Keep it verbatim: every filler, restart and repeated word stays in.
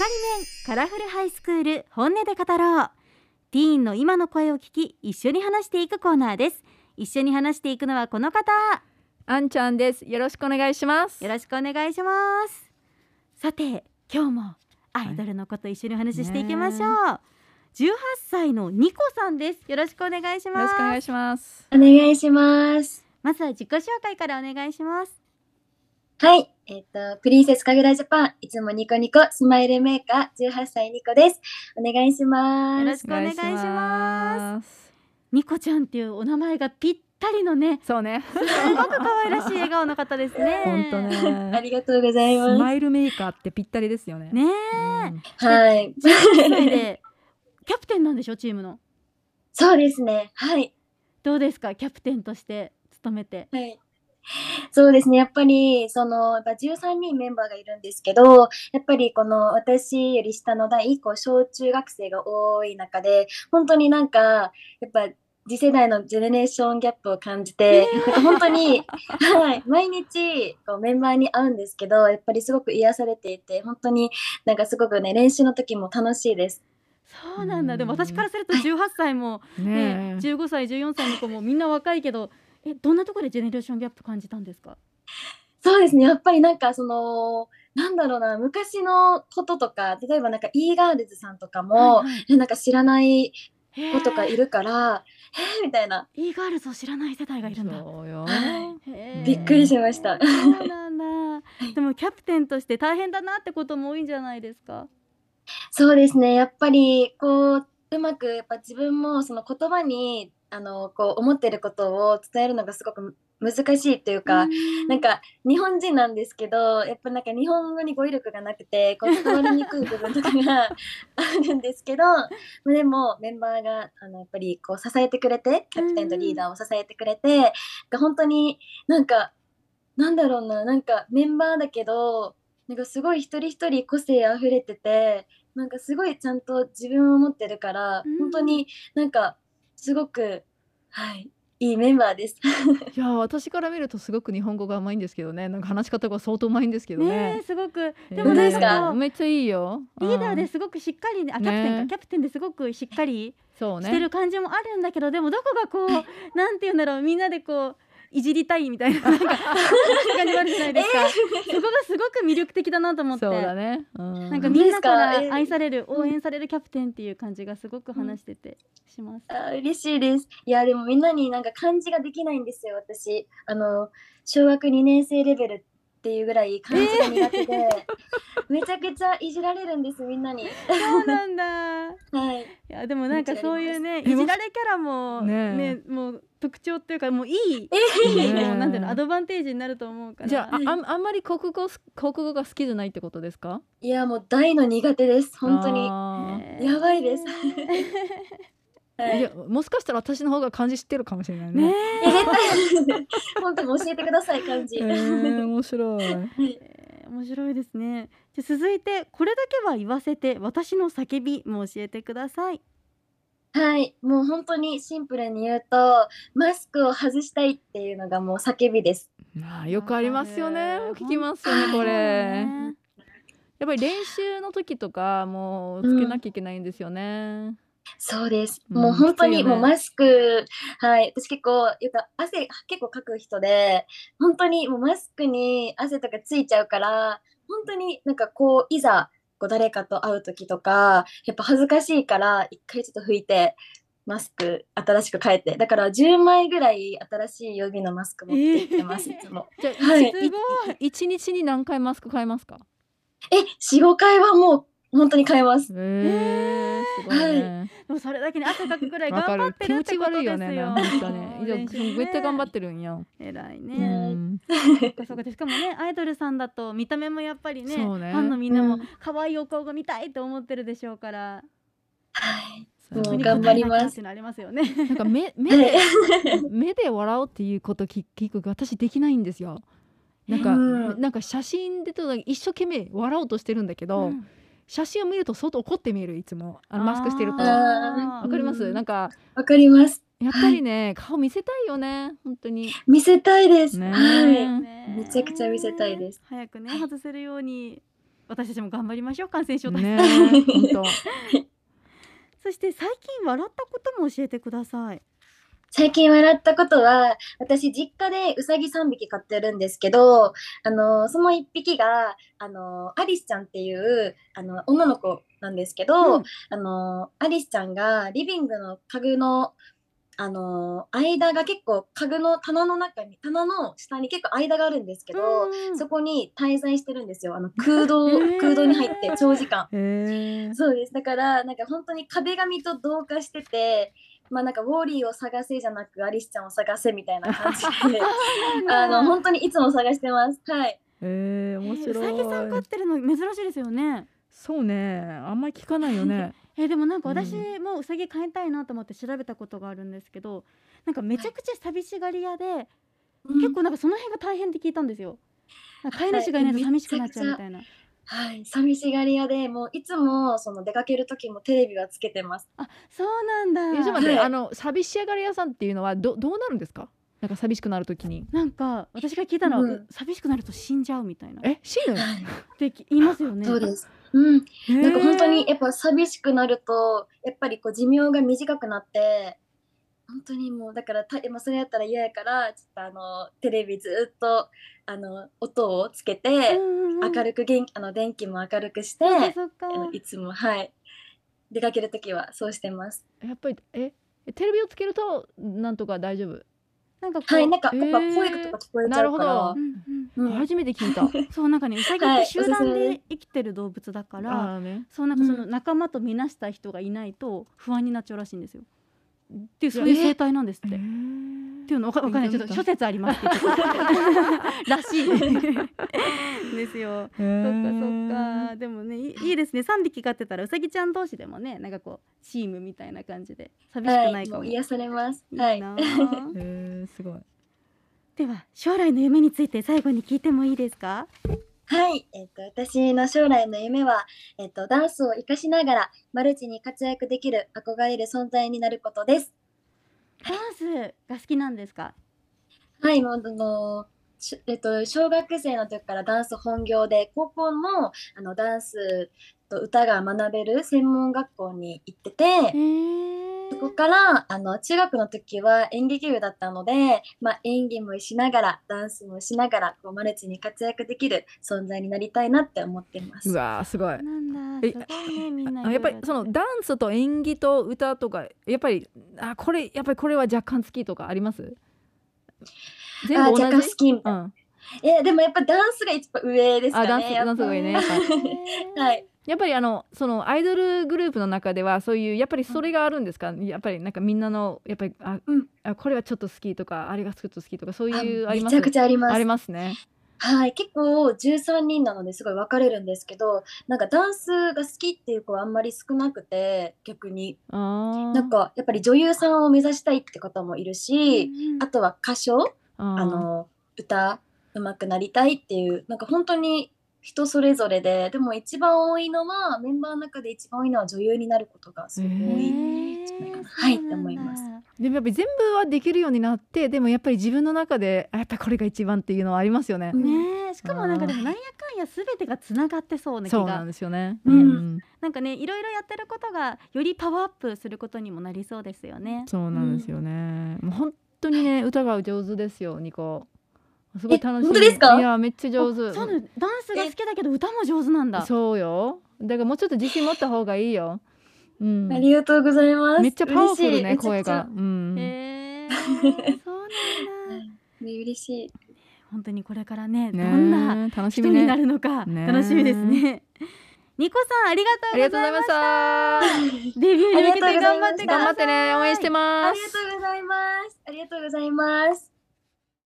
り面カラフルハイスクール本音で語ろう。ティーンの今の声を聞き、一緒に話していくコーナーです。一緒に話していくのはこの方、 あんちゃんです。よろしくお願いします。 よろしくお願いします。さて今日もアイドルのこと一緒にお話ししていきましょう、はい、じゅうはっさいのニコさんです。よろしくお願いします。 よろしくお願いします。 お願いします。 まずは自己紹介からお願いします。 はい、えっとプリンセス神楽ジャパンいつもニコニコスマイルメーカーじゅうはっさいニコです。お願いします。 よろしくお願いします。ニコちゃんっていうお名前がぴったりのね、 そうね、 すごく可愛らしい笑顔の方ですね。 本当ねありがとうございます。 スマイルメーカーってぴったりですよね。 ねえ、 うん、はい。 じゅうはっさいでキャプテンなんでしょ、チームの。 そうですね、はい。 どうですか、キャプテンとして務めて。 はい、そうですね、やっぱりそのやっぱじゅうさんにんメンバーがいるんですけど、やっぱりこの私より下の代こう小中学生が多い中で、本当になんかやっぱ次世代のジェネレーションギャップを感じて、えー、なんか本当に、はい、毎日こうメンバーに会うんですけど、やっぱりすごく癒されていて、本当になんかすごくね、練習の時も楽しいです。 そうなんだ。でも私からするとじゅうはっさいも、ねね、じゅうごさいじゅうよんさいの子もみんな若いけど、えどんなところでジェネレーションギャップ感じたんですか？ そうですね、やっぱりなんかそのなんだろうな、昔のこととか、例えばなんか e ガールズさんとかも、はいはい、なんか知らない子とかいるからえーみたいな。 e ガールズを知らない世代がいるんだ。 そうよ、 びっくりしました。 そうなんだでもキャプテンとして大変だなってことも多いんじゃないですか？ そうですね、やっぱりこううまくやっぱ自分もその言葉にあのこう思ってることを伝えるのがすごく難しいというか、んなんか日本人なんですけど、やっぱなんか日本語に語彙力がなくてこう伝わりにくい部分とかがあるんですけどでもメンバーがあのやっぱりこう支えてくれて、キャプテンとリーダーを支えてくれて、本当になんかなんだろうな、なんかメンバーだけどなんかすごい一人一人個性あふれてて、なんかすごいちゃんと自分を持ってるから、うん、本当になんかすごく、はい、いいメンバーです。 いや私から見るとすごく日本語がうまいんですけどね。なんか話し方が相当うまいんですけどね。 ねすごく。 でもですか、 めっちゃいいよ。 リーダーですごくしっかり、ね、あキャプテンか、ね、キャプテンですごくしっかりしてる感じもあるんだけど、でもどこがこうなんていうんだろう、みんなでこういじりたいみたいななんか感じもあるじゃないですか、えー、そこがすごく魅力的だなと思って。 そうだね、うん、 なんかみんなから愛される、えー、応援されるキャプテンっていう感じがすごく話しててします、 うん、あ嬉しいです。いやでもみんなになんか漢字ができないんですよ、私。あの小学にねん生レベルっていうぐらい漢字が苦手で、えー、めちゃくちゃいじられるんです、みんなに。 そうなんだはい。 いやでもなんかそういうね、いじられキャラも ね, ねもう特徴っていうか、もういい、えー、いいもうなんていうのアドバンテージになると思うから。 じゃあ あ, あんまり国語国語が好きじゃないってことですか？ いやもう大の苦手です、本当にやばいです。 はい、いやもしかしたら私の方が漢字知ってるかもしれないね。 ね本当に教えてください、漢字。えー、面白い、 えー、面白いですね。じゃ続いてこれだけは言わせて私の叫びも教えてください。 はい、もう本当にシンプルに言うと、マスクを外したいっていうのがもう叫びです。 あよくありますよね。聞きますよねこれ。やっぱり練習の時とかもうつけなきゃいけないんですよね。うん、 そうです。もう本当にもうマスク、うん、はい、私結構やっぱ汗結構かく人で、本当にもうマスクに汗とかついちゃうから、本当になんかこういざこう誰かと会う時とかやっぱ恥ずかしいから一回ちょっと拭いてマスク新しく変えて、だからじゅうまいぐらい新しい予備のマスク持って行ってます、えー、いつも。 じゃあ、はい、一日に何回マスク変えますか？ え、よん、ごかいはもう本当に変えます。 えー、すごいね。はい、でもそれだけに汗かくくらい頑張ってるってことですよ。気持ち悪いよね、 本当ね。めっちゃ頑張ってるんや。 偉いね。そっかそっか。しかもね、アイドルさんだと見た目もやっぱり ね, ねファンのみんなも可愛いお顔が見たいと思ってるでしょうから。 はい。もう頑張ります。 ってありますよね。 なんか 目, 目, で目で笑うっていうこと聞く私できないんですよ。なんか、うん、なんか写真でと一生懸命笑おうとしてるんだけど、うん、写真を見ると相当怒って見える、いつもあのマスクしてると。わかります？なんかわかります。 やっぱりね、はい、顔見せたいよね、本当に。 見せたいです。 ね、 はい、めちゃくちゃ見せたいです。 早くね外せるように。 私たちも頑張りましょう、感染症対策、 ね、本当。 そして最近笑ったことも教えてください。 最近笑ったことは、私実家でうさぎさんびき飼ってるんですけど、あのそのいっぴきがあのアリスちゃんっていうあの女の子なんですけど、うん、あのアリスちゃんがリビングの家具のあの間が結構家具の棚の中に棚の下に結構間があるんですけど、うん、そこに滞在してるんですよ。あの空洞空洞に入って長時間。そうです。だからなんか本当に壁紙と同化してて。まあなんかウォーリーを探せじゃなくアリスちゃんを探せみたいな感じであの本当にいつも探してます。はい。 えー、面白い。 うさぎさん飼ってるの珍しいですよね。 そうね、あんまり聞かないよね。 えでもなんか私もうさぎ飼いたいなと思って調べたことがあるんですけど、なんかめちゃくちゃ寂しがり屋で、うん、結構なんかその辺が大変って聞いたんですよ。飼い主がいないと寂しくなっちゃうみたいな。 はい、寂しがり屋で、もういつもその出かける時もテレビはつけてます。 あ、そうなんだ。 え、ちょっと待って、はい、あの寂しがり屋さんっていうのはどどうなるんですか？なんか寂しくなる時に。 なんか私が聞いたのは、うん、寂しくなると死んじゃうみたいな。 え、死ぬ？ って言いますよね。 そうです。うん。なんか本当にやっぱ寂しくなるとやっぱりこう寿命が短くなって。本当にもうだからた今それやったら嫌やからちょっとあのテレビずっとあの音をつけて、うんうん、明るく元あの電気も明るくしていつもはい出かけるときはそうしてます。 やっぱりえテレビをつけるとなんとか大丈夫？ なんかこう、はい、なんかやっぱ声とか聞こえちゃうから。なるほど、 うんうん、初めて聞いた。 そうなんかね、うさぎって集団で生きてる動物だから、はい、そうなんかその仲間と見なした人がいないと不安になっちゃうらしいんですよ。っていうそういう生態なんですって。っていうのわかんない、ちょっと諸説ありますってらしいですよ。そっかそっか。でもね、いいですね。さんびき飼ってたらうさぎちゃん同士でもね、なんかこうチームみたいな感じで寂しくないかも。 はい、もう癒されます。 いいな。 へえ、すごい。 では将来の夢について最後に聞いてもいいですか？ はい、えっと、私の将来の夢は、えっと、ダンスを活かしながらマルチに活躍できる憧れる存在になることです。 ダンスが好きなんですか？ はい、もうあの、えっと、小学生の時からダンス本業で、高校もあのダンスと歌が学べる専門学校に行ってて、そこからあの中学の時は演劇部だったので、まあ、演技もしながらダンスもしながらこうマルチに活躍できる存在になりたいなって思っています。 うわー、すごい。 なんだ、すごいね、みんな。 やっぱりそのダンスと演技と歌とかやっぱりあこれやっぱりこれは若干好きとかあります？ 全部同じ？あ、若干好きみたいな。うん、えでもやっぱダンスが一番上ですかね。 あ、ダンス、ダンスが上ね。やっぱはい。やっぱりあのそのアイドルグループの中ではそういうやっぱりそれがあるんですか？うん、やっぱりなんかみんなのやっぱり あ、うん、あこれはちょっと好きとかあれがちょっと好きとかそういうあります？ めちゃくちゃあります。 ありますね。 はい、結構じゅうさんにんなのですごい分かれるんですけど、なんかダンスが好きっていう子はあんまり少なくて、逆にあなんかやっぱり女優さんを目指したいって方もいるし、うん、あとは歌唱、あの歌上手くなりたいっていうなんか本当に人それぞれで、でも一番多いのはメンバーの中で一番多いのは女優になることがすごい多いじゃないかな、はいって思います。 でもやっぱり全部はできるようになって、でもやっぱり自分の中でやっぱりこれが一番っていうのはありますよね。 ね、しかもなんかでもなんやかんや全てがつながってそうな気が。 そうなんですよね。 ね、うん、なんかねいろいろやってることがよりパワーアップすることにもなりそうですよね。 そうなんですよね。うん、もう本当にね歌が上手ですよ、ニコ。すごい楽しい。 本当ですか？ いやめっちゃ上手。 そうね、ダンスが好きだけど歌も上手なんだ。 そうよ。だからもうちょっと自信持った方がいいよ。 うん、ありがとうございます。 めっちゃパワフルね声が。うん。 へえー、そうなんだ。 ね、嬉しい。 本当にこれからねどんな人になるのか楽しみですね。ニコさんありがとうございました。デビューに向けて頑張って頑張ってね、応援してます。 ありがとうございます。ありがとうございます。